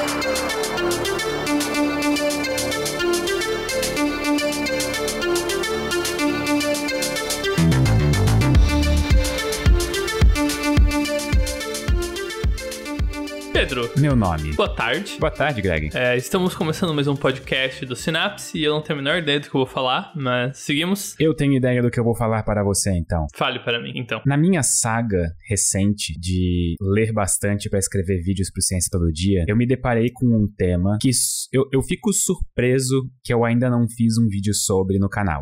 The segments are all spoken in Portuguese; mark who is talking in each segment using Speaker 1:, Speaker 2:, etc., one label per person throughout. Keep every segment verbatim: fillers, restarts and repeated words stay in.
Speaker 1: Pedro.
Speaker 2: Meu nome.
Speaker 1: Boa tarde.
Speaker 2: Boa tarde, Greg.
Speaker 1: É, estamos começando mais um podcast do Synapse e eu não tenho a menor ideia do que eu vou falar, mas seguimos.
Speaker 2: Eu tenho ideia do que eu vou falar para você, então.
Speaker 1: Fale para mim, então.
Speaker 2: Na minha saga recente de ler bastante para escrever vídeos pro Ciência Todo Dia, eu me deparei com um tema que eu, eu fico surpreso que eu ainda não fiz um vídeo sobre no canal.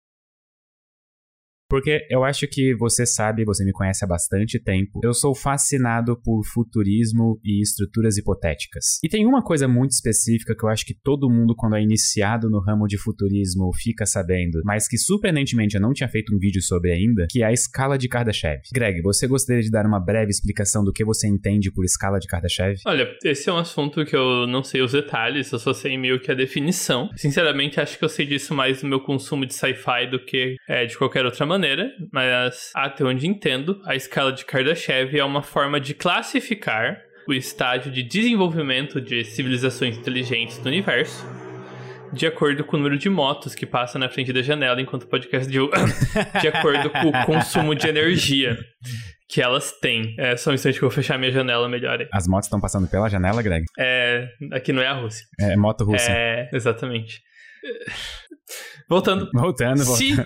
Speaker 2: Porque eu acho que você sabe, você me conhece há bastante tempo, eu sou fascinado por futurismo e estruturas hipotéticas. E tem uma coisa muito específica que eu acho que todo mundo, quando é iniciado no ramo de futurismo, fica sabendo, mas que surpreendentemente eu não tinha feito um vídeo sobre ainda, que é a escala de Kardashev. Greg, você gostaria de dar uma breve explicação do que você entende por escala de Kardashev?
Speaker 1: Olha, esse é um assunto que eu não sei os detalhes, eu só sei meio que a definição. Sinceramente, acho que eu sei disso mais no meu consumo de sci-fi do que é, de qualquer outra maneira. maneira, mas até onde entendo, a escala de Kardashev é uma forma de classificar o estágio de desenvolvimento de civilizações inteligentes do universo de acordo com o número de motos que passam na frente da janela enquanto o podcast de de acordo com o consumo de energia que elas têm. É só um instante que eu vou fechar minha janela melhor aí.
Speaker 2: As motos estão passando pela janela, Greg?
Speaker 1: É, aqui não é a Rússia.
Speaker 2: É moto russa.
Speaker 1: É, exatamente. Voltando.
Speaker 2: Voltando, voltando.
Speaker 1: Se...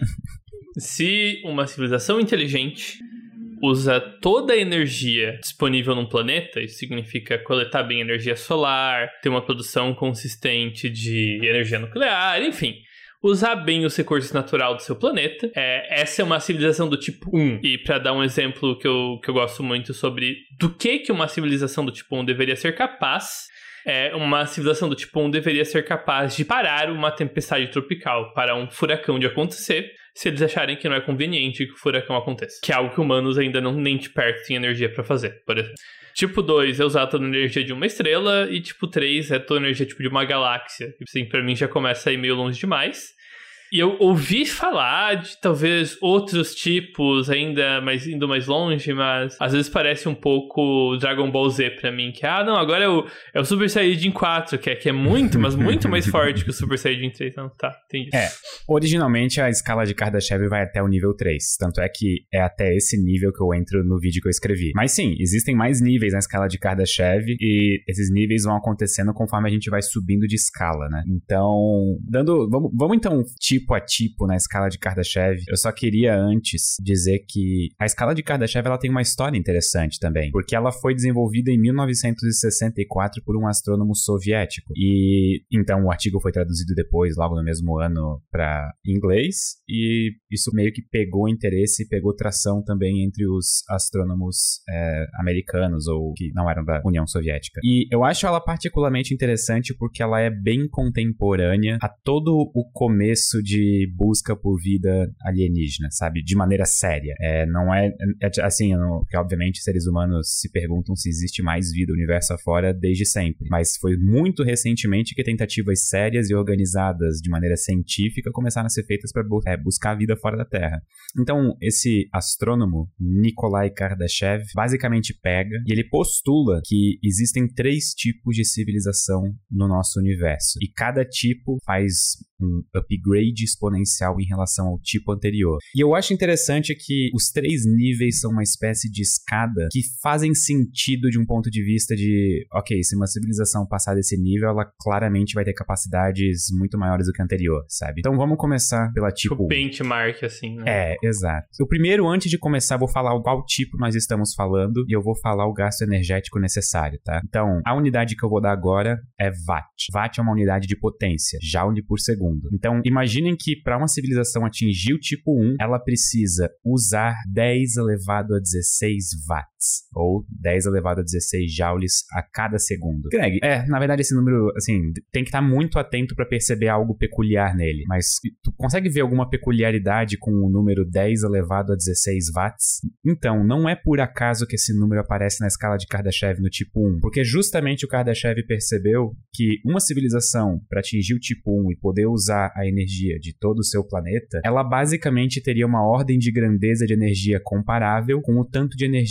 Speaker 1: Se uma civilização inteligente usa toda a energia disponível num planeta, isso significa coletar bem energia solar, ter uma produção consistente de energia nuclear, enfim, usar bem os recursos naturais do seu planeta. É, essa é uma civilização do tipo um. E para dar um exemplo que eu, que eu gosto muito sobre do que, que uma civilização do tipo um deveria ser capaz... É, uma civilização do tipo um deveria ser capaz de parar uma tempestade tropical, para um furacão de acontecer, se eles acharem que não é conveniente que o furacão aconteça. Que é algo que humanos ainda não nem de perto têm energia para fazer, por exemplo. Tipo dois é usar toda a energia de uma estrela, e tipo três é toda a energia tipo, de uma galáxia. Que assim, pra mim já começa a ir meio longe demais. E eu ouvi falar de talvez outros tipos ainda mais, indo mais longe, mas às vezes parece um pouco Dragon Ball Z pra mim, que ah, não, agora é o, é o Super Saiyajin quatro, que é, que é muito, mas muito mais forte que o Super Saiyajin três. Então, tá, entendi.
Speaker 2: É, originalmente a escala de Kardashev vai até o nível três, tanto é que é até esse nível que eu entro no vídeo que eu escrevi. Mas sim, existem mais níveis na escala de Kardashev e esses níveis vão acontecendo conforme a gente vai subindo de escala, né? Então, dando, vamos, vamos então, tipo tipo a tipo na escala de Kardashev, eu só queria antes dizer que a escala de Kardashev ela tem uma história interessante também, porque ela foi desenvolvida em mil novecentos e sessenta e quatro por um astrônomo soviético, e então o artigo foi traduzido depois, logo no mesmo ano, para inglês, e isso meio que pegou interesse e pegou tração também entre os astrônomos é, americanos, ou que não eram da União Soviética. E eu acho ela particularmente interessante porque ela é bem contemporânea a todo o começo de de busca por vida alienígena, sabe? De maneira séria. É, não é, é assim, não, porque obviamente seres humanos se perguntam se existe mais vida no universo afora desde sempre. Mas foi muito recentemente que tentativas sérias e organizadas de maneira científica começaram a ser feitas para bu- é, buscar a vida fora da Terra. Então, esse astrônomo, Nikolai Kardashev, basicamente pega e ele postula que existem três tipos de civilização no nosso universo. E cada tipo faz um upgrade exponencial em relação ao tipo anterior. E eu acho interessante que os três níveis são uma espécie de escada que fazem sentido de um ponto de vista de, ok, se uma civilização passar desse nível, ela claramente vai ter capacidades muito maiores do que a anterior, sabe? Então vamos começar pela tipo...
Speaker 1: Tipo benchmark, assim, né?
Speaker 2: É, exato. O primeiro, antes de começar, vou falar qual tipo nós estamos falando e eu vou falar o gasto energético necessário, tá? Então, a unidade que eu vou dar agora é watt. Watt é uma unidade de potência, joule por segundo. Então, imaginem que para uma civilização atingir o tipo um, ela precisa usar dez elevado a dezesseis watts, ou dez elevado a dezesseis joules a cada segundo. Greg, é, na verdade esse número, assim, tem que estar muito atento para perceber algo peculiar nele, mas tu consegue ver alguma peculiaridade com o número dez elevado a dezesseis watts? Então, não é por acaso que esse número aparece na escala de Kardashev no tipo um, porque justamente o Kardashev percebeu que uma civilização, para atingir o tipo um e poder usar a energia de todo o seu planeta, ela basicamente teria uma ordem de grandeza de energia comparável com o tanto de energia de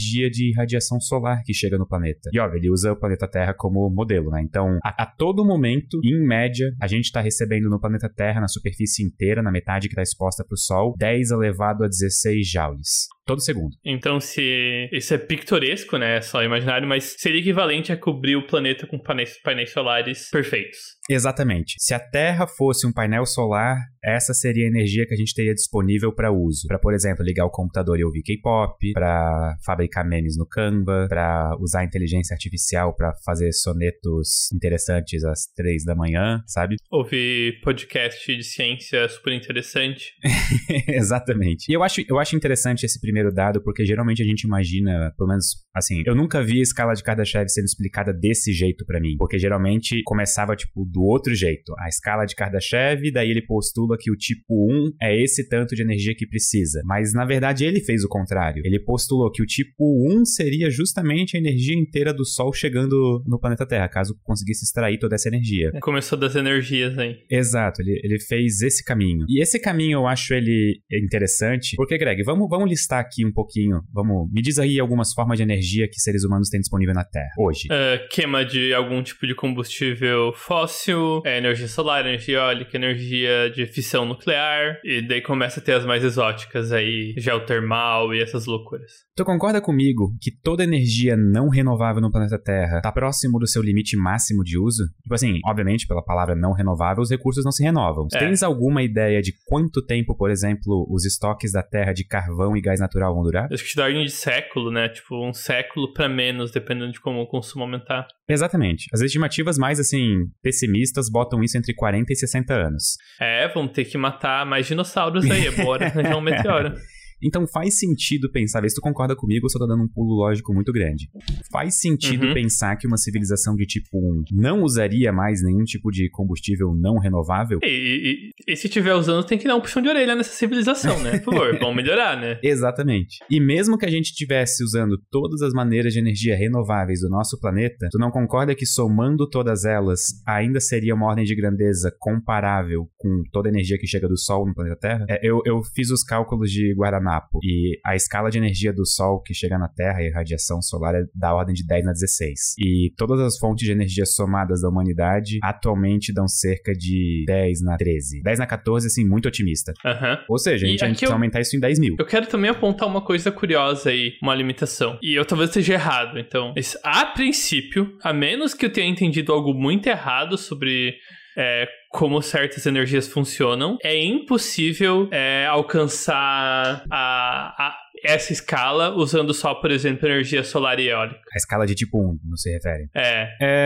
Speaker 2: de radiação solar que chega no planeta. E, óbvio, ele usa o planeta Terra como modelo, né? Então, a, a todo momento, em média, a gente está recebendo no planeta Terra, na superfície inteira, na metade que está exposta para o Sol, dez elevado a dezesseis joules. Todo segundo.
Speaker 1: Então, se isso é pictoresco, né? É só imaginário, mas seria equivalente a cobrir o planeta com painéis, painéis solares perfeitos.
Speaker 2: Exatamente. Se a Terra fosse um painel solar, essa seria a energia que a gente teria disponível para uso. Para, por exemplo, ligar o computador e ouvir K-pop, para fabricar memes no Canva, para usar a inteligência artificial para fazer sonetos interessantes às três da manhã, sabe?
Speaker 1: Ouvir podcast de ciência super interessante.
Speaker 2: Exatamente. E eu acho, eu acho interessante esse primeiro dado, porque geralmente a gente imagina, pelo menos, assim, eu nunca vi a escala de Kardashev sendo explicada desse jeito pra mim, porque geralmente começava, tipo, do outro jeito. A escala de Kardashev, daí ele postula que o tipo um é esse tanto de energia que precisa. Mas, na verdade, ele fez o contrário. Ele postulou que o tipo um seria justamente a energia inteira do Sol chegando no planeta Terra, caso conseguisse extrair toda essa energia.
Speaker 1: Começou das energias aí.
Speaker 2: Exato, ele, ele fez esse caminho. E esse caminho eu acho ele interessante, porque, Greg, vamos, vamos listar aqui um pouquinho, vamos, me diz aí algumas formas de energia que seres humanos têm disponível na Terra, hoje.
Speaker 1: Uh, queima de algum tipo de combustível fóssil, é, energia solar, energia eólica, energia de fissão nuclear, e daí começa a ter as mais exóticas aí, geotermal e essas loucuras.
Speaker 2: Tu concorda comigo que toda energia não renovável no planeta Terra tá próximo do seu limite máximo de uso? Tipo assim, obviamente, pela palavra não renovável, os recursos não se renovam. É. Tens alguma ideia de quanto tempo, por exemplo, os estoques da Terra de carvão e gás natural vão durar?
Speaker 1: Acho que te dá ordem de século, né? Tipo, um século pra menos, dependendo de como o consumo aumentar.
Speaker 2: Exatamente. As estimativas mais, assim, pessimistas botam isso entre quarenta e sessenta anos.
Speaker 1: É, vamos ter que matar mais dinossauros aí, bora arranjar um meteoro.
Speaker 2: Então faz sentido pensar, vê se tu concorda comigo ou se eu tô dando um pulo lógico muito grande. Faz sentido uhum. pensar que uma civilização de tipo um não usaria mais nenhum tipo de combustível não renovável?
Speaker 1: E, e, e se tiver usando, tem que dar um puxão de orelha nessa civilização, né? Por favor, vamos melhorar, né?
Speaker 2: Exatamente. E mesmo que a gente estivesse usando todas as maneiras de energia renováveis do nosso planeta, tu não concorda que somando todas elas, ainda seria uma ordem de grandeza comparável com toda a energia que chega do Sol no planeta Terra? É, eu, eu fiz os cálculos de Guaraná. E a escala de energia do Sol que chega na Terra e a radiação solar é da ordem de dez na dezesseis. E todas as fontes de energia somadas da humanidade atualmente dão cerca de dez na treze. dez na catorze, assim, muito otimista.
Speaker 1: Uhum.
Speaker 2: Ou seja, a gente precisa eu... aumentar isso em dez mil.
Speaker 1: Eu quero também apontar uma coisa curiosa aí, uma limitação. E eu talvez esteja errado, então. Mas, a princípio, a menos que eu tenha entendido algo muito errado sobre... É, como certas energias funcionam, é impossível é, alcançar a, a, essa escala usando só, por exemplo, energia solar e eólica.
Speaker 2: A escala de tipo um, não se refere?
Speaker 1: É.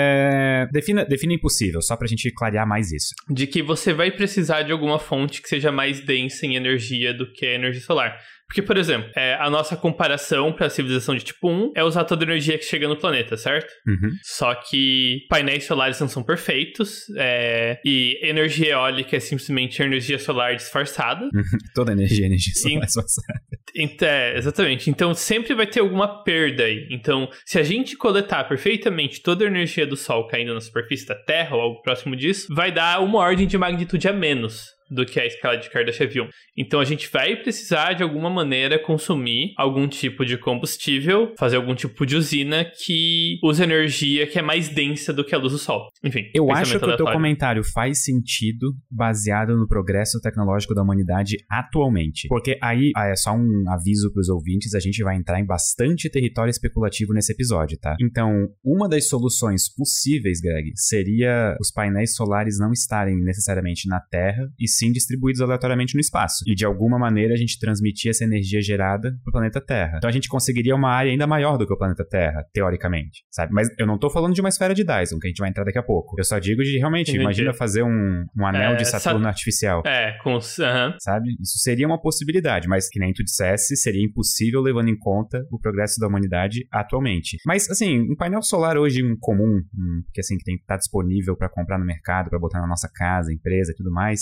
Speaker 2: é defina, defina impossível, só pra gente clarear mais isso.
Speaker 1: De que você vai precisar de alguma fonte que seja mais densa em energia do que a energia solar. Porque, por exemplo, é, a nossa comparação para a civilização de tipo um é usar toda a energia que chega no planeta, certo?
Speaker 2: Uhum.
Speaker 1: Só que painéis solares não são perfeitos, é, e energia eólica é simplesmente energia solar disfarçada.
Speaker 2: Uhum. Toda energia é energia solar disfarçada.
Speaker 1: Então, é, exatamente. Então, sempre vai ter alguma perda aí. Então, se a gente coletar perfeitamente toda a energia do Sol caindo na superfície da Terra ou algo próximo disso, vai dar uma ordem de magnitude a menos do que a escala de Kardashev um. Então a gente vai precisar de alguma maneira consumir algum tipo de combustível, fazer algum tipo de usina que usa energia que é mais densa do que a luz do Sol. Enfim,
Speaker 2: eu acho que aleatório. O teu comentário faz sentido baseado no progresso tecnológico da humanidade atualmente. Porque aí, é só um aviso para os ouvintes, a gente vai entrar em bastante território especulativo nesse episódio, tá? Então, uma das soluções possíveis, Greg, seria os painéis solares não estarem necessariamente na Terra e sim distribuídos aleatoriamente no espaço. E de alguma maneira a gente transmitir essa energia gerada pro planeta Terra. Então a gente conseguiria uma área ainda maior do que o planeta Terra, teoricamente, sabe? Mas eu não tô falando de uma esfera de Dyson, que a gente vai entrar daqui a pouco. Eu só digo de realmente, Entendi. Imagina fazer um, um anel é, de Saturno sa- artificial.
Speaker 1: É, com... Uhum.
Speaker 2: Sabe? Isso seria uma possibilidade, mas que nem tu dissesse, seria impossível levando em conta o progresso da humanidade atualmente. Mas, assim, um painel solar hoje, um comum, um, que assim, que tem que estar disponível para comprar no mercado, para botar na nossa casa, empresa e tudo mais, ele tem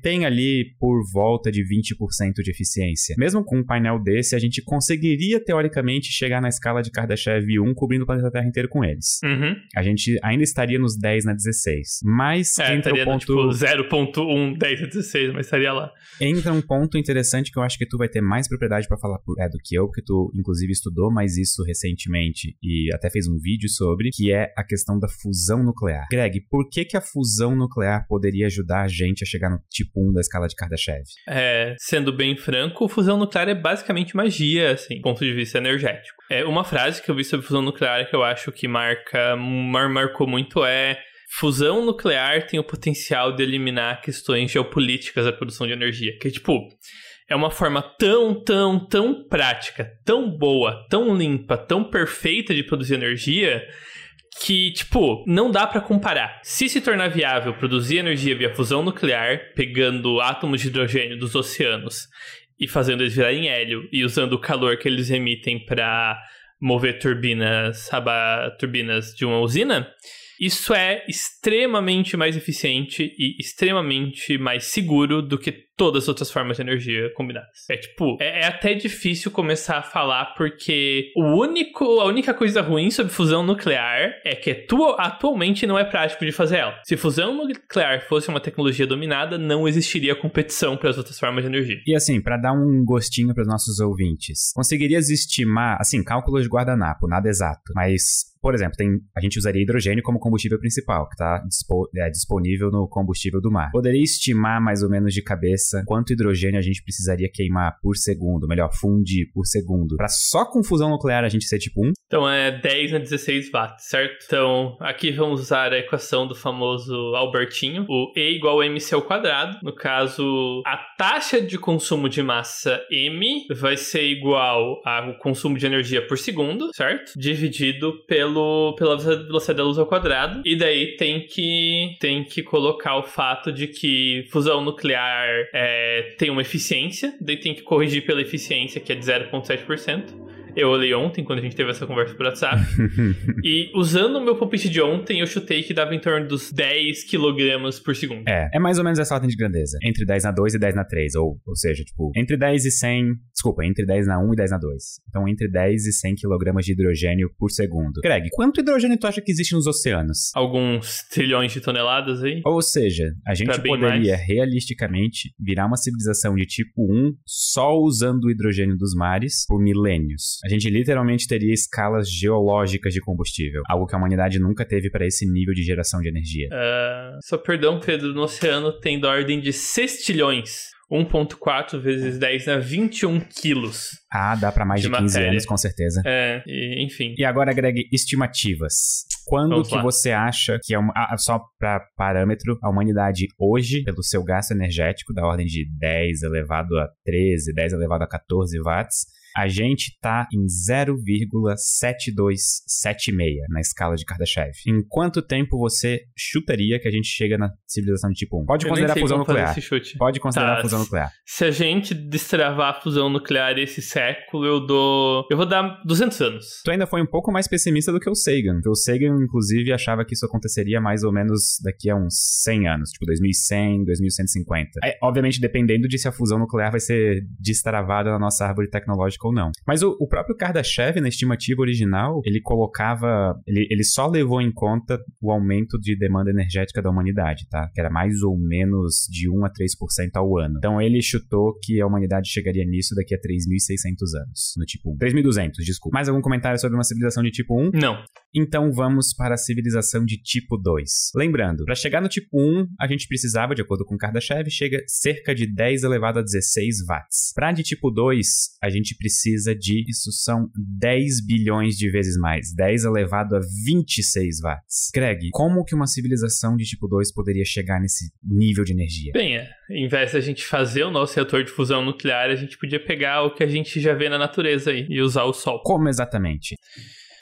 Speaker 2: tem ali por volta de vinte por cento de eficiência. Mesmo com um painel desse, a gente conseguiria, teoricamente, chegar na escala de Kardashev um, cobrindo o planeta Terra inteiro com eles.
Speaker 1: Uhum.
Speaker 2: A gente ainda estaria nos dez na dezesseis. Mas
Speaker 1: é,
Speaker 2: entra
Speaker 1: estaria
Speaker 2: o ponto...
Speaker 1: no, tipo, zero ponto um, dez na dezesseis, mas estaria lá.
Speaker 2: Entra um ponto interessante que eu acho que tu vai ter mais propriedade pra falar por, é, do que eu, porque tu, inclusive, estudou mais isso recentemente e até fez um vídeo sobre, que é a questão da fusão nuclear. Greg, por que que a fusão nuclear poderia ajudar a gente a chegar no tipo um da escala de Kardashev?
Speaker 1: É, sendo bem franco, fusão nuclear é basicamente magia, assim, do ponto de vista energético. É, uma frase que eu vi sobre fusão nuclear que eu acho que marca, mar, marcou muito é: fusão nuclear tem o potencial de eliminar questões geopolíticas da produção de energia. Que, tipo, é uma forma tão, tão, tão prática, tão boa, tão limpa, tão perfeita de produzir energia que, tipo, não dá pra comparar. Se se tornar viável produzir energia via fusão nuclear, pegando átomos de hidrogênio dos oceanos e fazendo eles virarem hélio e usando o calor que eles emitem pra mover turbinas, aba, turbinas de uma usina, isso é extremamente mais eficiente e extremamente mais seguro do que todas as outras formas de energia combinadas. É tipo, é, é até difícil começar a falar porque o único, a única coisa ruim sobre fusão nuclear é que atu- atualmente não é prático de fazer ela. Se fusão nuclear fosse uma tecnologia dominada, não existiria competição para as outras formas de energia.
Speaker 2: E assim, para dar um gostinho para os nossos ouvintes, conseguirias estimar, assim, cálculos de guardanapo, nada exato, mas, por exemplo, tem, a gente usaria hidrogênio como combustível principal, que está dispo, é, disponível no combustível do mar. Poderia estimar mais ou menos de cabeça quanto hidrogênio a gente precisaria queimar por segundo, melhor, fundir por segundo, para só com fusão nuclear a gente ser tipo um?
Speaker 1: Então é dez na dezesseis watts, certo? Então aqui vamos usar a equação do famoso Albertinho, o E igual a mc ao quadrado. No caso, a taxa de consumo de massa M vai ser igual ao consumo de energia por segundo, certo? Dividido pelo, pela velocidade da luz ao quadrado. E daí tem que, tem que colocar o fato de que fusão nuclear é, tem uma eficiência, daí tem que corrigir pela eficiência, que é de zero vírgula sete por cento. Eu olhei ontem, quando a gente teve essa conversa por WhatsApp. E usando o meu palpite de ontem, eu chutei que dava em torno dos dez quilogramas por segundo.
Speaker 2: É, é mais ou menos essa ordem de grandeza. Entre dez na dois e dez na três. Ou, ou seja, tipo, entre dez e cem... Desculpa, entre dez na um e dez na dois. Então, entre dez e cem quilogramas de hidrogênio por segundo. Greg, quanto hidrogênio tu acha que existe nos oceanos?
Speaker 1: Alguns trilhões de toneladas aí.
Speaker 2: Ou seja, a gente poderia, mais. realisticamente, virar uma civilização de tipo um só usando o hidrogênio dos mares por milênios. A gente literalmente teria escalas geológicas de combustível, algo que a humanidade nunca teve para esse nível de geração de energia.
Speaker 1: Uh, só perdão, Pedro, no oceano tem da ordem de sextilhões. um vírgula quatro vezes dez na vinte e um quilos.
Speaker 2: Ah, dá pra mais de, de quinze matéria. Anos, com certeza.
Speaker 1: É, e, enfim.
Speaker 2: E agora, Greg, estimativas. Quando Vamos que lá. Você acha que, é uma, ah, só pra parâmetro, a humanidade hoje, pelo seu gasto energético, da ordem de dez elevado a treze, dez elevado a catorze watts, a gente tá em zero vírgula sete dois sete seis na escala de Kardashev. Em quanto tempo você chutaria que a gente chega na civilização de tipo um? Pode
Speaker 1: eu
Speaker 2: considerar a fusão nuclear.
Speaker 1: Pode
Speaker 2: considerar
Speaker 1: tá,
Speaker 2: a fusão nuclear.
Speaker 1: Se a gente destravar a fusão nuclear esse século, eu dou... Eu vou dar duzentos anos.
Speaker 2: Tu ainda foi um pouco mais pessimista do que o Sagan. Porque o Sagan, inclusive, achava que isso aconteceria mais ou menos daqui a uns cem anos. Tipo, dois mil e cem, dois mil cento e cinquenta. É, obviamente, dependendo de se a fusão nuclear vai ser destravada na nossa árvore tecnológica ou não. Mas o, o próprio Kardashev, na estimativa original, ele colocava... Ele, ele só levou em conta o aumento de demanda energética da humanidade, tá? Que era mais ou menos de um a três por cento ao ano. Então ele chutou que a humanidade chegaria nisso daqui a três mil e seiscentos anos, no tipo um. três mil e duzentos, desculpa. Mais algum comentário sobre uma civilização de tipo um?
Speaker 1: Não.
Speaker 2: Então vamos para a civilização de tipo dois. Lembrando, para chegar no tipo um, a gente precisava, de acordo com Kardashev, chega cerca de dez elevado a dezesseis watts. Para de tipo dois, a gente precisa de, isso são dez bilhões de vezes mais, dez elevado a vinte e seis watts. Greg, como que uma civilização de tipo dois poderia chegar nesse nível de energia?
Speaker 1: Bem, é, em vez da gente fazer o nosso reator de fusão nuclear, a gente podia pegar o que a gente já vê na natureza aí e usar o sol.
Speaker 2: Como exatamente?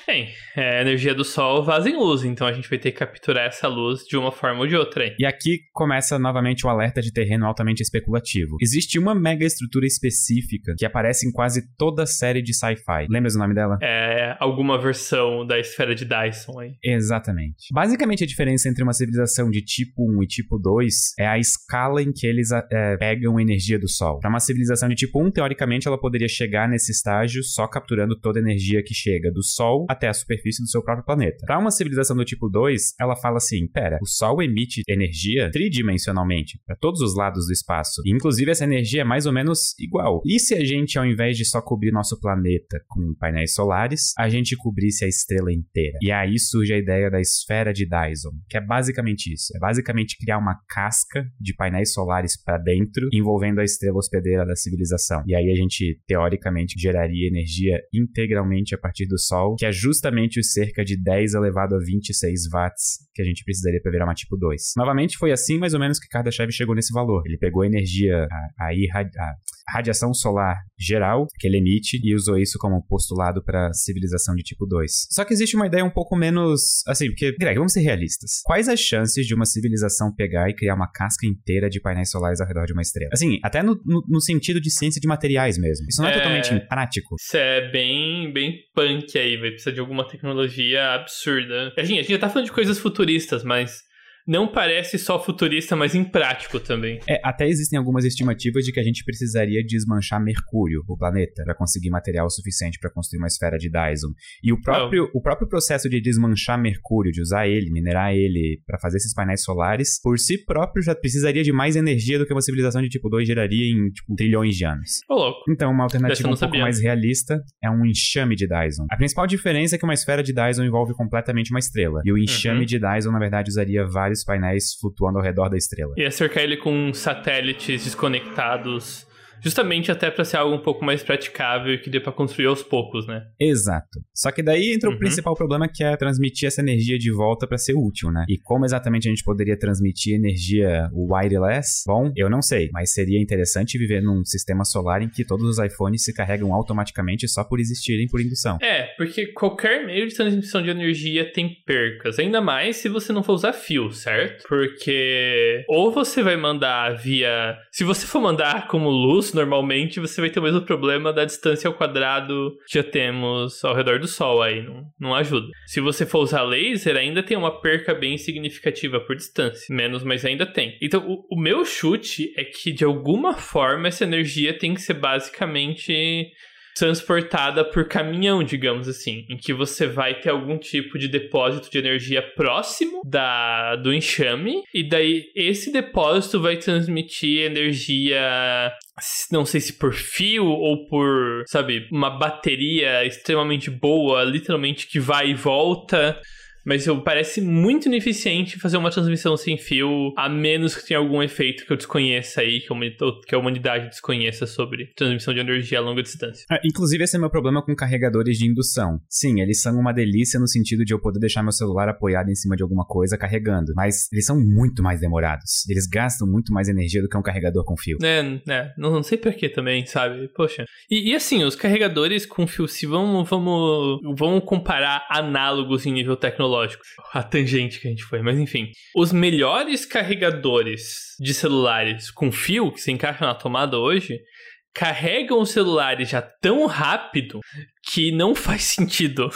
Speaker 1: Bem, é, a energia do Sol vaza em luz, então a gente vai ter que capturar essa luz de uma forma ou de outra. Hein?
Speaker 2: E aqui começa novamente o alerta de terreno altamente especulativo. Existe uma mega estrutura específica que aparece em quase toda a série de sci-fi. Lembra o nome dela?
Speaker 1: É alguma versão da esfera de Dyson aí.
Speaker 2: Exatamente. Basicamente, a diferença entre uma civilização de tipo um e tipo dois é a escala em que eles é, pegam energia do Sol. Para uma civilização de tipo um, teoricamente, ela poderia chegar nesse estágio só capturando toda a energia que chega do Sol até a superfície do seu próprio planeta. Para uma civilização do tipo dois, ela fala assim, pera, o Sol emite energia tridimensionalmente para todos os lados do espaço. E, inclusive, essa energia é mais ou menos igual. E se a gente, ao invés de só cobrir nosso planeta com painéis solares, a gente cobrisse a estrela inteira? E aí surge a ideia da esfera de Dyson, que é basicamente isso. É basicamente criar uma casca de painéis solares para dentro, envolvendo a estrela hospedeira da civilização. E aí a gente, teoricamente, geraria energia integralmente a partir do Sol, que é justamente os cerca de dez elevado a vinte e seis watts que a gente precisaria para virar uma tipo dois. Novamente, foi assim mais ou menos que Kardashev chegou nesse valor. Ele pegou a energia, a, a, irradi- a radiação solar geral que ele emite e usou isso como postulado para civilização de tipo dois. Só que existe uma ideia um pouco menos... Assim, porque, Greg, vamos ser realistas. Quais as chances de uma civilização pegar e criar uma casca inteira de painéis solares ao redor de uma estrela? Assim, até no, no, no sentido de ciência de materiais mesmo. Isso não é, é totalmente imprático.
Speaker 1: Isso é bem, bem punk aí, vai precisar de alguma tecnologia absurda. A gente, a gente já tá falando de coisas futuristas, mas... não parece só futurista, mas imprático também.
Speaker 2: É, até existem algumas estimativas de que a gente precisaria desmanchar Mercúrio, o planeta, para conseguir material suficiente para construir uma esfera de Dyson. E o próprio, oh. o próprio processo de desmanchar Mercúrio, de usar ele, minerar ele para fazer esses painéis solares, por si próprio já precisaria de mais energia do que uma civilização de tipo dois geraria em tipo, trilhões de anos.
Speaker 1: Ô, louco.
Speaker 2: Então, uma alternativa um pouco
Speaker 1: sabia.
Speaker 2: mais realista é um enxame de Dyson. A principal diferença é que uma esfera de Dyson envolve completamente uma estrela. E o enxame uhum. de Dyson, na verdade, usaria vários painéis flutuando ao redor da estrela.
Speaker 1: Ia cercar ele com satélites desconectados, justamente até para ser algo um pouco mais praticável e que dê para construir aos poucos, né?
Speaker 2: Exato. Só que daí entra uhum. o principal problema, que é transmitir essa energia de volta para ser útil, né? E como exatamente a gente poderia transmitir energia wireless? Bom, eu não sei, mas seria interessante viver num sistema solar em que todos os iPhones se carregam automaticamente só por existirem por indução.
Speaker 1: É, porque qualquer meio de transmissão de energia tem percas, ainda mais se você não for usar fio, certo? Porque ou você vai mandar via... Se você for mandar como luz, normalmente você vai ter o mesmo problema da distância ao quadrado que já temos ao redor do Sol, aí não, não ajuda. Se você for usar laser, ainda tem uma perca bem significativa por distância, menos, mas ainda tem. Então o, o meu chute é que de alguma forma essa energia tem que ser basicamente transportada por caminhão, digamos assim, em que você vai ter algum tipo de depósito de energia próximo da, do enxame, e daí esse depósito vai transmitir energia, não sei se por fio ou por, sabe, uma bateria extremamente boa, literalmente que vai e volta. Mas eu, parece muito ineficiente fazer uma transmissão sem fio, a menos que tenha algum efeito que eu desconheça aí, que a humanidade, que a humanidade desconheça sobre transmissão de energia a longa distância.
Speaker 2: Ah, inclusive, esse é meu problema com carregadores de indução. Sim, eles são uma delícia no sentido de eu poder deixar meu celular apoiado em cima de alguma coisa carregando, mas eles são muito mais demorados. Eles gastam muito mais energia do que um carregador com fio.
Speaker 1: É, é não, não sei porquê também, sabe? Poxa. E, e assim, os carregadores com fio, se vamos, vamos, vamos comparar análogos em nível tecnológico, a tangente que a gente foi, mas enfim. Os melhores carregadores de celulares com fio que se encaixam na tomada hoje carregam os celulares já tão rápido que não faz sentido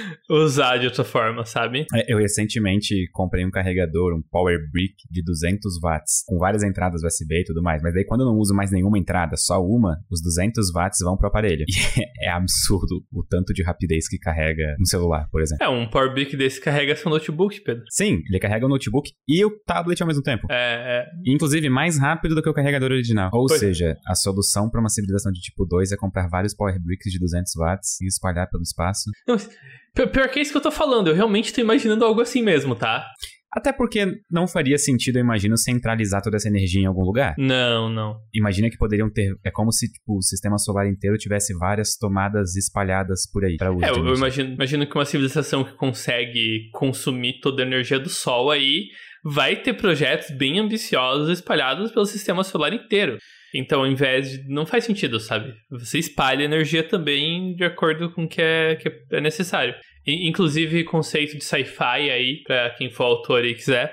Speaker 1: usar de outra forma, sabe?
Speaker 2: Eu recentemente comprei um carregador, um Power Brick de duzentos watts, com várias entradas U S B e tudo mais, mas daí quando eu não uso mais nenhuma entrada, só uma, os duzentos watts vão pro aparelho. E é absurdo o tanto de rapidez que carrega no celular, por exemplo.
Speaker 1: É, um Power Brick desse carrega seu notebook, Pedro.
Speaker 2: Sim, ele carrega o notebook e o tablet ao mesmo tempo.
Speaker 1: É, é...
Speaker 2: Inclusive mais rápido do que o carregador original. Ou
Speaker 1: pois.
Speaker 2: seja, a solução para uma civilização de tipo dois é comprar vários Power Bricks de duzentos watts e espalhar pelo espaço.
Speaker 1: Não, pior que é isso que eu tô falando, eu realmente tô imaginando algo assim mesmo, tá?
Speaker 2: Até porque não faria sentido, eu imagino, centralizar toda essa energia em algum lugar.
Speaker 1: Não, não.
Speaker 2: Imagina que poderiam ter... É como se tipo, o sistema solar inteiro tivesse várias tomadas espalhadas por aí. Pra uso
Speaker 1: é, eu imagino, imagino que uma civilização que consegue consumir toda a energia do Sol aí vai ter projetos bem ambiciosos espalhados pelo sistema solar inteiro. Então, ao invés de... Não faz sentido, sabe? Você espalha energia também de acordo com o que é, que é necessário. Inclusive, conceito de sci-fi aí, pra quem for autor e quiser.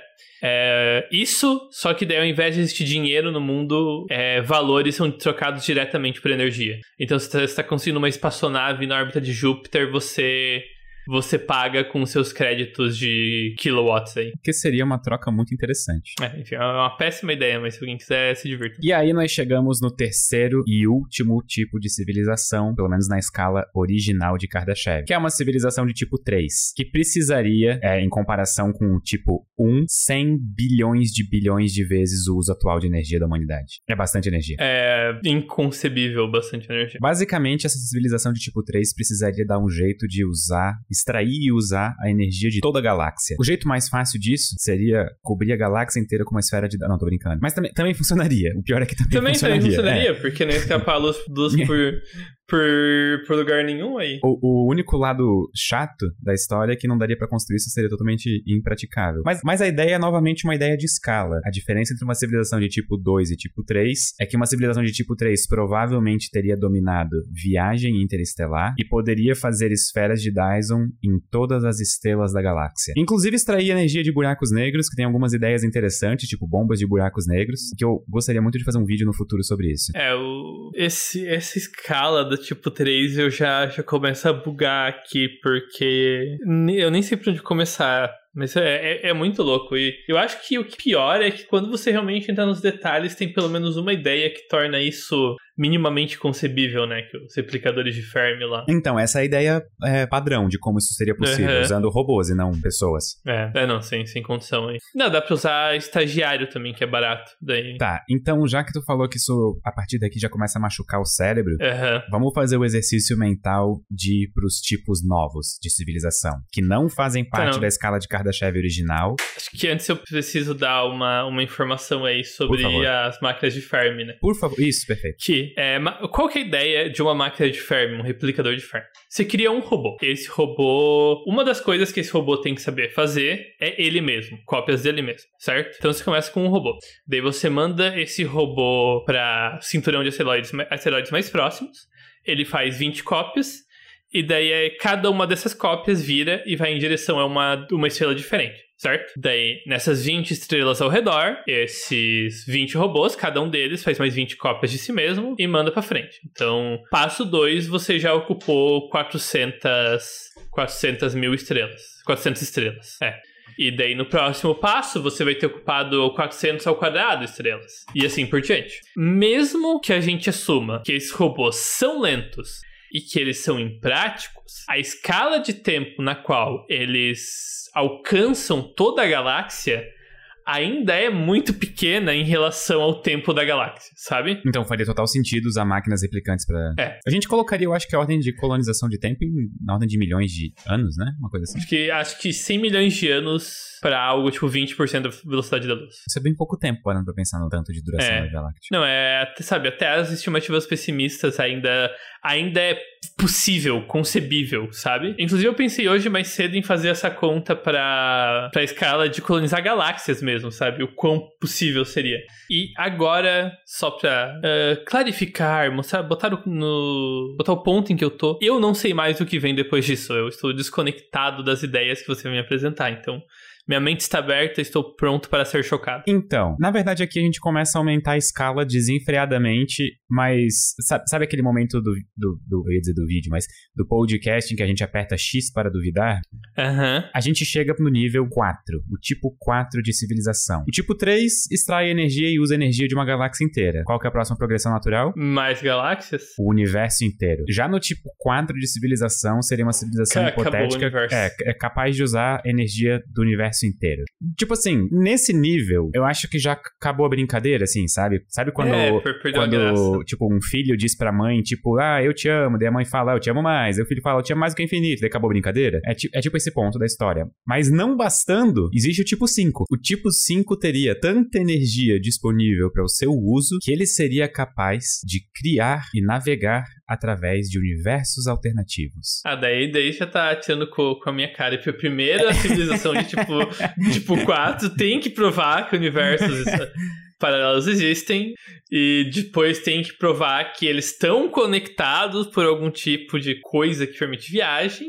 Speaker 1: É, isso, só que daí ao invés de existir dinheiro no mundo, é, valores são trocados diretamente por energia. Então, se você está construindo uma espaçonave na órbita de Júpiter, você... você paga com seus créditos de kilowatts aí.
Speaker 2: Que seria uma troca muito interessante.
Speaker 1: É, enfim, é uma péssima ideia, mas se alguém quiser, se divirta.
Speaker 2: E aí nós chegamos no terceiro e último tipo de civilização, pelo menos na escala original de Kardashev, que é uma civilização de tipo três, que precisaria, é, em comparação com o tipo um, cem bilhões de bilhões de vezes o uso atual de energia da humanidade. É bastante energia.
Speaker 1: É inconcebível bastante energia.
Speaker 2: Basicamente, essa civilização de tipo três precisaria dar um jeito de usar... extrair e usar a energia de toda a galáxia. O jeito mais fácil disso seria cobrir a galáxia inteira com uma esfera de... Não, tô brincando. Mas também, também funcionaria. O pior é que também,
Speaker 1: também
Speaker 2: funcionaria.
Speaker 1: Também funcionaria,
Speaker 2: é.
Speaker 1: porque não ia escapar a luz, luz por, por, por lugar nenhum aí.
Speaker 2: O, o único lado chato da história é que não daria pra construir, isso seria totalmente impraticável. Mas, mas a ideia é novamente uma ideia de escala. A diferença entre uma civilização de tipo dois e tipo três é que uma civilização de tipo três provavelmente teria dominado viagem interestelar e poderia fazer esferas de Dyson em todas as estrelas da galáxia. Inclusive extrair energia de buracos negros, que tem algumas ideias interessantes, tipo bombas de buracos negros, que eu gostaria muito de fazer um vídeo no futuro sobre isso.
Speaker 1: É, o... Esse, essa escala do tipo três eu já, já começo a bugar aqui, porque eu nem sei por onde começar. Mas é, é, é muito louco. E eu acho que o pior é que quando você realmente entra nos detalhes, tem pelo menos uma ideia que torna isso minimamente concebível, né? Que os replicadores de Fermi lá.
Speaker 2: Então, essa é a ideia é, padrão de como isso seria possível, uhum. usando robôs e não pessoas.
Speaker 1: É, é não, sem, sem condição aí. Não, dá pra usar estagiário também, que é barato. Daí...
Speaker 2: Tá, então já que tu falou que isso, a partir daqui, já começa a machucar o cérebro,
Speaker 1: uhum.
Speaker 2: vamos fazer o exercício mental de ir pros tipos novos de civilização, que não fazem parte
Speaker 1: não. da
Speaker 2: escala de Kardashev original.
Speaker 1: Acho que antes eu preciso dar uma, uma informação aí sobre as máquinas de Fermi, né?
Speaker 2: Por favor, isso, perfeito.
Speaker 1: Que, é, qual que é a ideia de uma máquina de Fermi, um replicador de Fermi? Você cria um robô. Esse robô... Uma das coisas que esse robô tem que saber fazer é ele mesmo, cópias dele mesmo, certo? Então você começa com um robô. Daí você manda esse robô pra cinturão de asteroides, asteroides mais próximos. Ele faz vinte cópias. E daí cada uma dessas cópias vira e vai em direção a uma, uma estrela diferente, certo? Daí, nessas vinte estrelas ao redor, esses vinte robôs, cada um deles faz mais vinte cópias de si mesmo e manda pra frente. Então, passo dois, você já ocupou quatrocentas, quatrocentas mil estrelas. quatrocentas estrelas, é. E daí, no próximo passo, você vai ter ocupado quatrocentos ao quadrado estrelas. E assim por diante. Mesmo que a gente assuma que esses robôs são lentos e que eles são impráticos, a escala de tempo na qual eles alcançam toda a galáxia ainda é muito pequena em relação ao tempo da galáxia, sabe?
Speaker 2: Então faria total sentido usar máquinas replicantes pra...
Speaker 1: É.
Speaker 2: A gente colocaria, eu acho que a ordem de colonização de tempo em, na ordem de milhões de anos, né? Uma coisa assim.
Speaker 1: Acho que, acho que cem milhões de anos pra algo tipo vinte por cento da velocidade da luz.
Speaker 2: Isso é bem pouco tempo, parando pra pensar no tanto de duração
Speaker 1: é.
Speaker 2: da galáxia.
Speaker 1: Não, é... Sabe, até as estimativas pessimistas ainda, ainda é possível, concebível, sabe? Inclusive eu pensei hoje mais cedo em fazer essa conta pra, pra escala de colonizar galáxias mesmo, sabe? O quão possível seria. E agora, só pra uh, clarificar, mostrar, botar o, no, botar o ponto em que eu tô, eu não sei mais o que vem depois disso. Eu estou desconectado das ideias que você vai me apresentar, então... Minha mente está aberta, estou pronto para ser chocado.
Speaker 2: Então, na verdade aqui a gente começa a aumentar a escala desenfreadamente, mas sabe, sabe aquele momento do, do, do, eu ia dizer do vídeo, mas do podcast em que a gente aperta X para duvidar?
Speaker 1: Aham. Uhum.
Speaker 2: A gente chega no nível quatro, o tipo quatro de civilização. O tipo três extrai energia e usa energia de uma galáxia inteira. Qual que é a próxima progressão natural?
Speaker 1: Mais galáxias?
Speaker 2: O universo inteiro. Já no tipo quatro de civilização, seria uma civilização
Speaker 1: Acabou
Speaker 2: hipotética é, é capaz de usar energia do universo inteiro. Tipo assim, nesse nível, eu acho que já acabou a brincadeira, assim, sabe? Sabe quando,
Speaker 1: é, per-
Speaker 2: quando tipo, um filho diz pra mãe, tipo, ah, eu te amo, daí a mãe fala, ah, eu te amo mais, aí o filho fala, eu te amo mais do que o infinito, daí acabou a brincadeira? É, ti- é tipo esse ponto da história. Mas não bastando, existe o tipo cinco. O tipo cinco teria tanta energia disponível para o seu uso que ele seria capaz de criar e navegar através de universos alternativos.
Speaker 1: Ah, daí, daí já tá atirando com, com a minha cara. Porque primeiro a civilização de tipo, tipo quatro tem que provar que universos paralelos existem e depois tem que provar que eles estão conectados por algum tipo de coisa que permite viagem.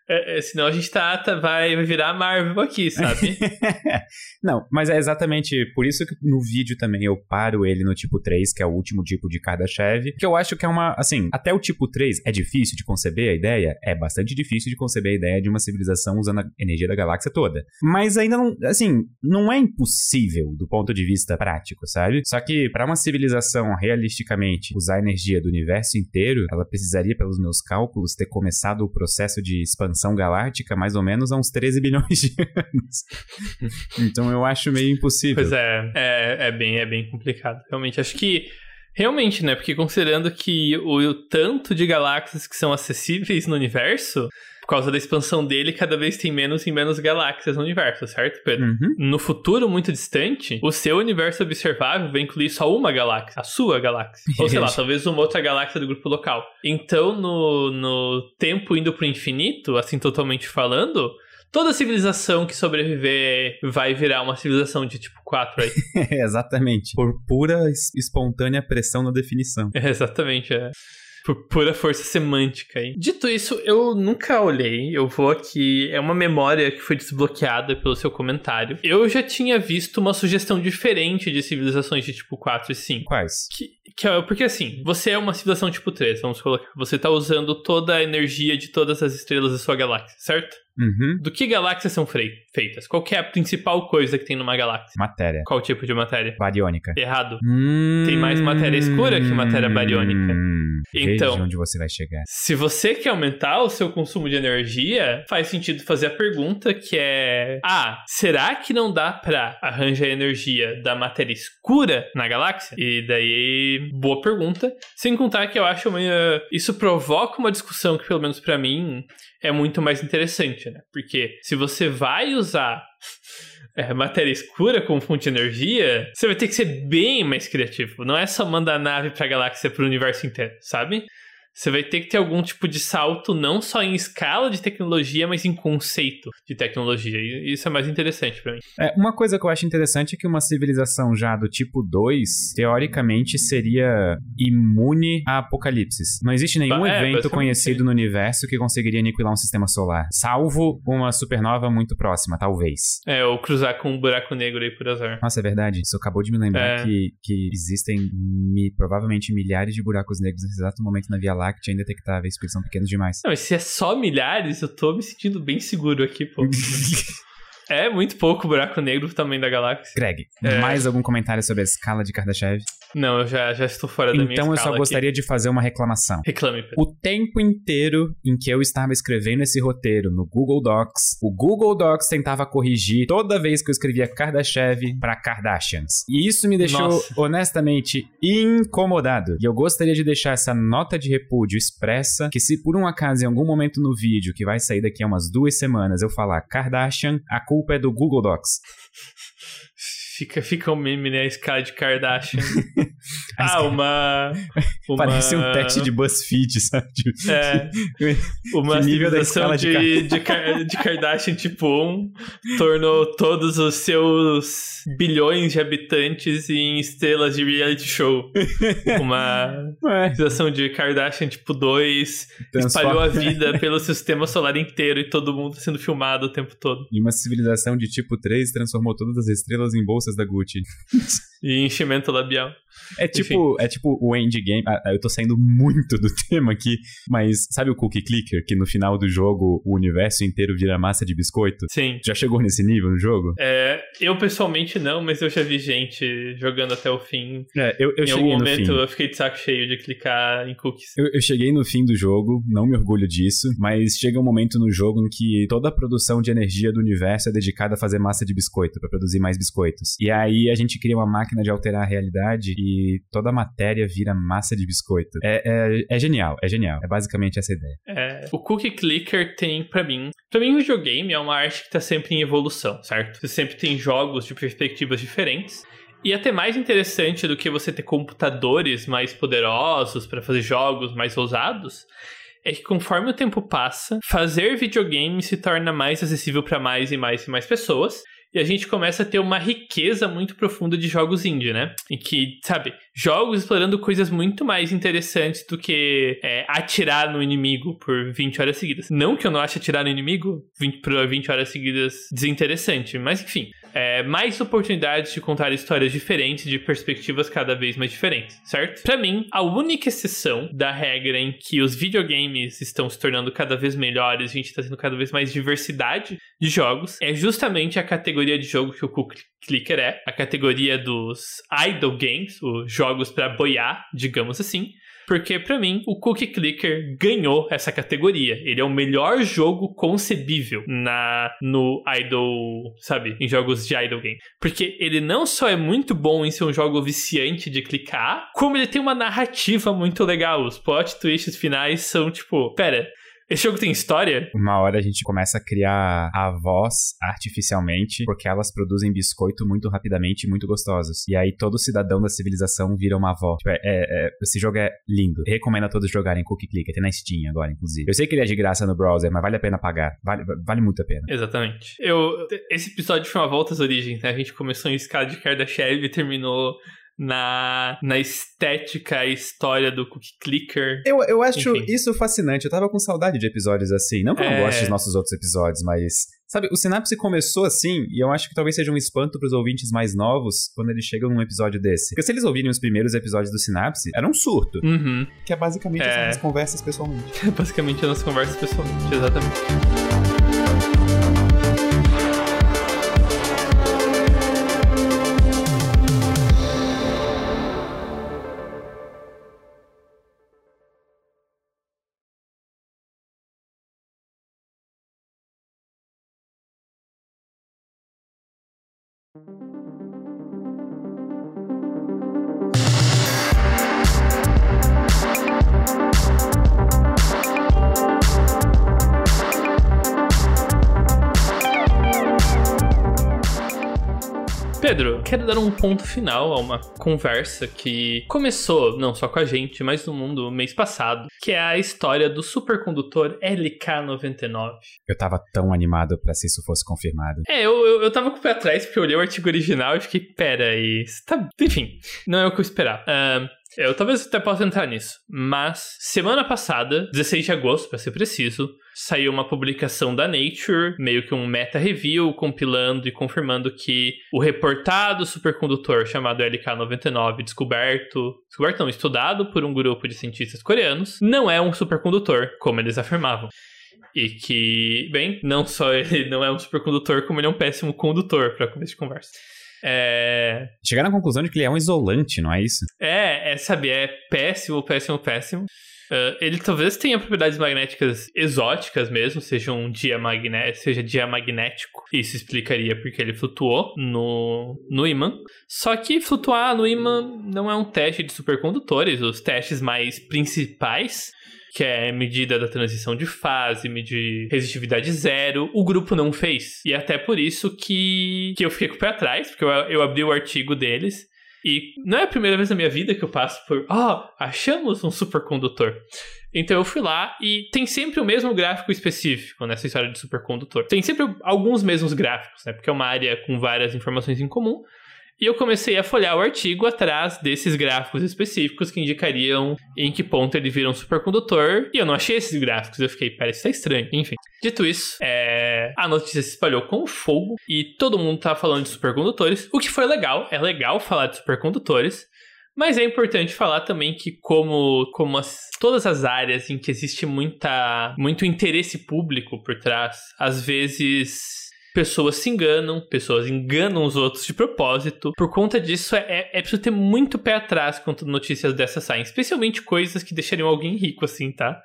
Speaker 1: É, é, senão a gente tá, tá, vai, vai virar Marvel aqui, sabe?
Speaker 2: Não, mas é exatamente por isso que no vídeo também eu paro ele no tipo três, que é o último tipo de Kardashev, que eu acho que é uma, assim, até o tipo três é difícil de conceber a ideia, é bastante difícil de conceber a ideia de uma civilização usando a energia da galáxia toda. Mas ainda não, assim, não é impossível do ponto de vista prático, sabe? Só que para uma civilização realisticamente usar a energia do universo inteiro, ela precisaria, pelos meus cálculos, ter começado o processo de expansão galáctica mais ou menos há uns treze bilhões de anos. Então eu acho meio impossível.
Speaker 1: Pois é, é, é, bem, é bem complicado. Realmente, acho que realmente, né? Porque considerando que o, o tanto de galáxias que são acessíveis no universo, por causa da expansão dele, cada vez tem menos e menos galáxias no universo, certo, Pedro?
Speaker 2: Uhum.
Speaker 1: No futuro muito distante, o seu universo observável vai incluir só uma galáxia, a sua galáxia. Ou sei lá, talvez uma outra galáxia do grupo local. Então, no, no tempo indo pro infinito, assim, totalmente falando, toda civilização que sobreviver vai virar uma civilização de tipo quatro aí.
Speaker 2: Exatamente. Por pura espontânea pressão na definição.
Speaker 1: É, exatamente, é. Por pura força semântica aí. Dito isso, eu nunca olhei. Eu vou aqui... É uma memória que foi desbloqueada pelo seu comentário. Eu já tinha visto uma sugestão diferente de civilizações de tipo quatro e cinco.
Speaker 2: Quais?
Speaker 1: Que, que é, porque assim, você é uma civilização tipo três, vamos colocar. Você tá usando toda a energia de todas as estrelas da sua galáxia, certo?
Speaker 2: Uhum.
Speaker 1: Do que galáxias são feitas? Qual que é a principal coisa que tem numa galáxia?
Speaker 2: Matéria.
Speaker 1: Qual tipo de matéria?
Speaker 2: Bariônica.
Speaker 1: Errado.
Speaker 2: Hum...
Speaker 1: Tem mais matéria escura que matéria bariônica. Então,
Speaker 2: veja onde você vai chegar.
Speaker 1: Se você quer aumentar o seu consumo de energia, faz sentido fazer a pergunta que é... Ah, será que não dá pra arranjar energia da matéria escura na galáxia? E daí, boa pergunta. Sem contar que eu acho uma... Isso provoca uma discussão que, pelo menos pra mim, é muito mais interessante, né? Porque se você vai usar é, matéria escura como fonte de energia, você vai ter que ser bem mais criativo. Não é só mandar a nave pra galáxia, pro universo inteiro, sabe? Você vai ter que ter algum tipo de salto, não só em escala de tecnologia, mas em conceito de tecnologia. E isso é mais interessante pra mim.
Speaker 2: É, uma coisa que eu acho interessante é que uma civilização já do tipo dois, teoricamente, seria imune a apocalipses. Não existe nenhum
Speaker 1: é,
Speaker 2: evento conhecido sim. no universo que conseguiria aniquilar um sistema solar. Salvo uma supernova muito próxima, talvez.
Speaker 1: É, ou cruzar com um buraco negro aí por azar.
Speaker 2: Nossa, é verdade. Isso acabou de me lembrar é. que, que existem mi, provavelmente milhares de buracos negros nesse exato momento na Via Láctea indetectáveis, porque são pequenos demais.
Speaker 1: Não, mas se é só milhares, eu tô me sentindo bem seguro aqui, pô. É muito pouco buraco negro do tamanho da galáxia.
Speaker 2: Greg,
Speaker 1: é.
Speaker 2: mais algum comentário sobre a escala de Kardashev?
Speaker 1: Não, eu já, já estou fora da minha escala.
Speaker 2: Então eu só gostaria
Speaker 1: aqui.
Speaker 2: de fazer uma reclamação.
Speaker 1: Reclame, Pedro.
Speaker 2: O tempo inteiro em que eu estava escrevendo esse roteiro no Google Docs, o Google Docs tentava corrigir toda vez que eu escrevia Kardashev para Kardashians. E isso me deixou, Nossa. honestamente, incomodado. E eu gostaria de deixar essa nota de repúdio expressa, que se por um acaso em algum momento no vídeo, que vai sair daqui a umas duas semanas, eu falar Kardashian, a culpa é do Google Docs.
Speaker 1: Fica, fica um meme, né? A escala de Kardashian. ah, uma, uma...
Speaker 2: Parece um teste de BuzzFeed, sabe?
Speaker 1: É. Uma civilização de, de, de, de Kardashian tipo um tornou todos os seus bilhões de habitantes em estrelas de reality show. Uma civilização de Kardashian tipo dois espalhou a vida pelo sistema solar inteiro e todo mundo sendo filmado o tempo todo.
Speaker 2: E uma civilização de tipo três transformou todas as estrelas em bolsas da Gucci.
Speaker 1: E enchimento labial.
Speaker 2: É tipo, é tipo o endgame. Ah, eu tô saindo muito do tema aqui, mas sabe o cookie clicker? Que no final do jogo o universo inteiro vira massa de biscoito?
Speaker 1: Sim.
Speaker 2: Já chegou nesse nível no jogo?
Speaker 1: É, eu pessoalmente não, mas eu já vi gente jogando até o fim.
Speaker 2: É, eu, eu
Speaker 1: em
Speaker 2: cheguei
Speaker 1: algum
Speaker 2: no
Speaker 1: momento
Speaker 2: fim.
Speaker 1: eu fiquei de saco cheio de clicar em cookies.
Speaker 2: Eu, eu cheguei no fim do jogo, não me orgulho disso, mas chega um momento no jogo em que toda a produção de energia do universo é dedicada a fazer massa de biscoito, pra produzir mais biscoitos. E aí a gente cria uma máquina de alterar a realidade e toda a matéria vira massa de biscoito. É, é, é genial, é genial. É basicamente essa ideia.
Speaker 1: É, o cookie clicker tem, pra mim... Pra mim, o videogame é uma arte que tá sempre em evolução, certo? Você sempre tem jogos de perspectivas diferentes. E até mais interessante do que você ter computadores mais poderosos para fazer jogos mais ousados... é que conforme o tempo passa, fazer videogame se torna mais acessível para mais e mais e mais pessoas. e a gente começa a ter uma riqueza muito profunda de jogos indie, né? Em que, sabe, jogos explorando coisas muito mais interessantes do que é, atirar no inimigo por vinte horas seguidas. Não que eu não ache atirar no inimigo vinte, por vinte horas seguidas desinteressante, mas enfim, é, mais oportunidades de contar histórias diferentes, de perspectivas cada vez mais diferentes, certo? Pra mim, a única exceção da regra em que os videogames estão se tornando cada vez melhores, a gente tá tendo cada vez mais diversidade de jogos, é justamente a categoria de jogo que o Cookie Clicker é, a categoria dos idle games, os jogos pra boiar, digamos assim. Porque, pra mim, o Cookie Clicker ganhou essa categoria. Ele é o melhor jogo concebível na, no idle, sabe? Em jogos de idle game. Porque ele não só é muito bom em ser um jogo viciante de clicar, como ele tem uma narrativa muito legal. Os plot twists finais são, tipo... Pera... Esse jogo tem história?
Speaker 2: Uma hora a gente começa a criar avós artificialmente, porque elas produzem biscoito muito rapidamente e muito gostosos. E aí todo cidadão da civilização vira uma avó. Tipo, é, é, esse jogo é lindo. Recomendo a todos jogarem Cookie Clicker. Tem na Steam agora, inclusive. Eu sei que ele é de graça no browser, mas vale a pena pagar. Vale, vale muito a pena.
Speaker 1: Exatamente. Eu, esse episódio foi uma volta às origens, né? A gente começou em escala de Kardashev e terminou... Na, na estética e história do Cookie Clicker.
Speaker 2: Eu, eu acho
Speaker 1: Enfim.
Speaker 2: isso fascinante. Eu tava com saudade de episódios assim. Não que eu não
Speaker 1: É...
Speaker 2: goste dos nossos outros episódios, mas... Sabe, o Synapse começou assim, e eu acho que talvez seja um espanto pros ouvintes mais novos quando eles chegam num episódio desse. Porque se eles ouvirem os primeiros episódios do Synapse, era um surto.
Speaker 1: Uhum.
Speaker 2: Que é basicamente
Speaker 1: É...
Speaker 2: as conversas pessoalmente.
Speaker 1: Basicamente as nossas conversas pessoalmente, exatamente. Pedro, quero dar um ponto final a uma conversa que começou, não só com a gente, mas no mundo mês passado, que é a história do supercondutor L K noventa e nove.
Speaker 2: Eu tava tão animado pra se isso fosse confirmado.
Speaker 1: É, eu, eu, eu tava com o pé atrás porque eu olhei o artigo original e fiquei, pera aí, tá... enfim, não é o que eu esperava. Uh, eu talvez até possa entrar nisso, mas semana passada, dezesseis de agosto, pra ser preciso, saiu uma publicação da Nature, meio que um meta-review, compilando e confirmando que o reportado supercondutor chamado L K noventa e nove, descoberto, descoberto não, estudado por um grupo de cientistas coreanos, não é um supercondutor, como eles afirmavam. E que, bem, não só ele não é um supercondutor, como ele é um péssimo condutor, pra começo de conversa. É...
Speaker 2: Chegaram à conclusão de que ele é um isolante, não é isso?
Speaker 1: É, é, sabe, é péssimo, péssimo, péssimo. Uh, ele talvez tenha propriedades magnéticas exóticas mesmo, seja um diamagné- seja diamagnético. Isso explicaria porque ele flutuou no, no ímã. Só que flutuar no ímã não é um teste de supercondutores. Os testes mais principais, que é medida da transição de fase, medir resistividade zero, o grupo não fez. E é até por isso que, que eu fiquei com o pé atrás, porque eu, eu abri o artigo deles, e não é a primeira vez na minha vida que eu passo por, ó, oh, achamos um supercondutor. Então eu fui lá e tem sempre o mesmo gráfico específico nessa história de supercondutor. Tem sempre alguns mesmos gráficos, né? Porque é uma área com várias informações em comum. E eu comecei a folhear o artigo atrás desses gráficos específicos que indicariam em que ponto ele vira um supercondutor. E eu não achei esses gráficos. Eu fiquei, pera, isso tá estranho. Enfim, dito isso, é... a notícia se espalhou com fogo e todo mundo tá falando de supercondutores. O que foi legal. É legal falar de supercondutores. Mas é importante falar também que como, como as, todas as áreas em que existe muita, muito interesse público por trás, às vezes... pessoas se enganam, pessoas enganam os outros de propósito. Por conta disso, é, é preciso ter muito pé atrás quando notícias dessas saem. Especialmente coisas que deixariam alguém rico, assim, tá?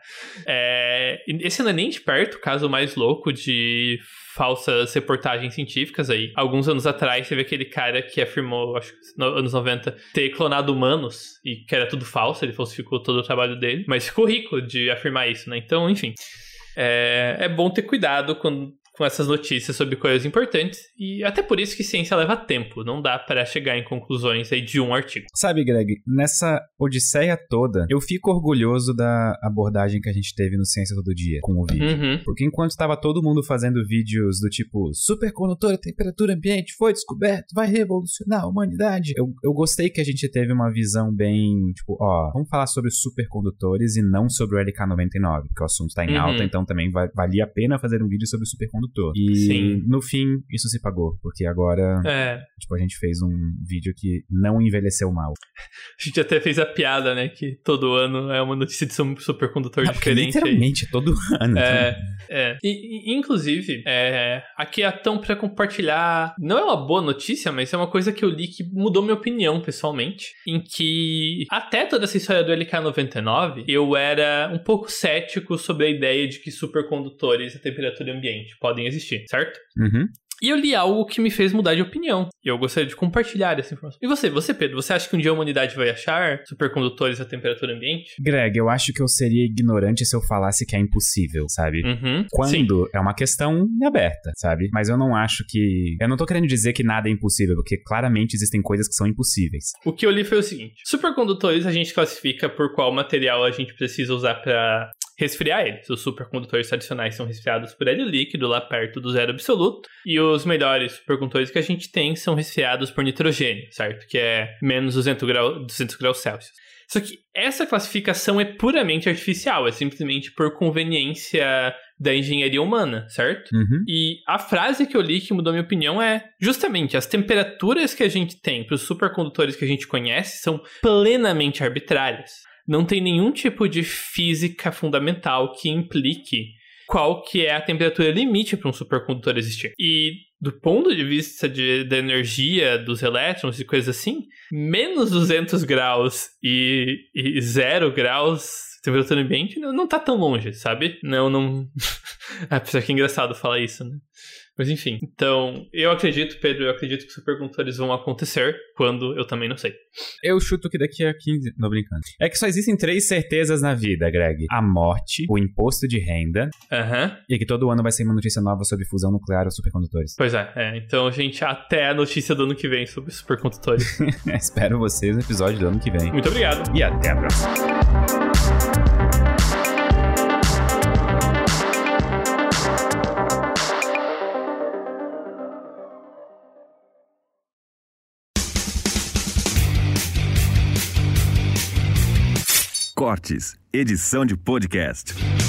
Speaker 1: É, esse não é nem de perto o caso mais louco de falsas reportagens científicas aí. Alguns anos atrás, teve aquele cara que afirmou, acho que nos anos noventa, ter clonado humanos e que era tudo falso, ele falsificou todo o trabalho dele. Mas ficou rico de afirmar isso, né? Então, enfim. É, é bom ter cuidado quando... com essas notícias sobre coisas importantes. E até por isso que ciência leva tempo. Não dá para chegar em conclusões aí de um artigo.
Speaker 2: Sabe, Greg, nessa odisseia toda, eu fico orgulhoso da abordagem que a gente teve no Ciência Todo Dia com o vídeo.
Speaker 1: Uhum.
Speaker 2: Porque enquanto estava todo mundo fazendo vídeos do tipo supercondutor a temperatura ambiente foi descoberto, vai revolucionar a humanidade. Eu, eu gostei que a gente teve uma visão bem, tipo, ó, vamos falar sobre os supercondutores e não sobre o L K noventa e nove, porque o assunto tá em
Speaker 1: uhum.
Speaker 2: alta, então também vai, valia a pena fazer um vídeo sobre supercondutor. E
Speaker 1: Sim.
Speaker 2: no fim, isso se pagou, porque agora
Speaker 1: é.
Speaker 2: tipo, a gente fez um vídeo que não envelheceu mal.
Speaker 1: A gente até fez a piada, né, que todo ano é uma notícia de um supercondutor
Speaker 2: não,
Speaker 1: diferente.
Speaker 2: Literalmente, aí. todo ano.
Speaker 1: É,
Speaker 2: então...
Speaker 1: é. E, e, inclusive, é, aqui é tão pra compartilhar, não é uma boa notícia, mas é uma coisa que eu li que mudou minha opinião, pessoalmente, em que até toda essa história do L K noventa e nove, eu era um pouco cético sobre a ideia de que supercondutores a temperatura ambiente podem existir, certo?
Speaker 2: Uhum.
Speaker 1: E eu li algo que me fez mudar de opinião. E eu gostaria de compartilhar essa informação. E você, você, Pedro, você acha que um dia a humanidade vai achar supercondutores a temperatura ambiente?
Speaker 2: Greg, eu acho que eu seria ignorante se eu falasse que é impossível, sabe?
Speaker 1: Uhum,
Speaker 2: Quando
Speaker 1: sim.
Speaker 2: é uma questão aberta, sabe? Mas eu não acho que... Eu não tô querendo dizer que nada é impossível, porque claramente existem coisas que são impossíveis.
Speaker 1: O que eu li foi o seguinte. Supercondutores a gente classifica por qual material a gente precisa usar pra... resfriar eles. Os supercondutores tradicionais são resfriados por hélio líquido, lá perto do zero absoluto. E os melhores supercondutores que a gente tem são resfriados por nitrogênio, certo? Que é menos duzentos graus Celsius. Só que essa classificação é puramente artificial. É simplesmente por conveniência da engenharia humana, certo?
Speaker 2: Uhum.
Speaker 1: E a frase que eu li que mudou minha opinião é justamente as temperaturas que a gente tem para os supercondutores que a gente conhece são plenamente arbitrárias. Não tem nenhum tipo de física fundamental que implique qual que é a temperatura limite para um supercondutor existir. E do ponto de vista de, da energia dos elétrons e coisas assim, menos duzentos graus e, e zero graus temperatura ambiente não, não tá tão longe, sabe? Não, não... ah, apesar que é engraçado falar isso, né? Mas enfim, então, eu acredito, Pedro, eu acredito que supercondutores vão acontecer quando eu também não sei.
Speaker 2: Eu chuto que daqui a quinze... Não, brincando. É que só existem três certezas na vida, Greg. A morte, o imposto de renda
Speaker 1: Aham.
Speaker 2: e que todo ano vai sair uma notícia nova sobre fusão nuclear ou supercondutores.
Speaker 1: Pois é, é, então, gente, até a notícia do ano que vem sobre supercondutores.
Speaker 2: Espero vocês no episódio do ano que vem.
Speaker 1: Muito obrigado.
Speaker 2: E até a próxima.
Speaker 3: Cortes, edição de podcast.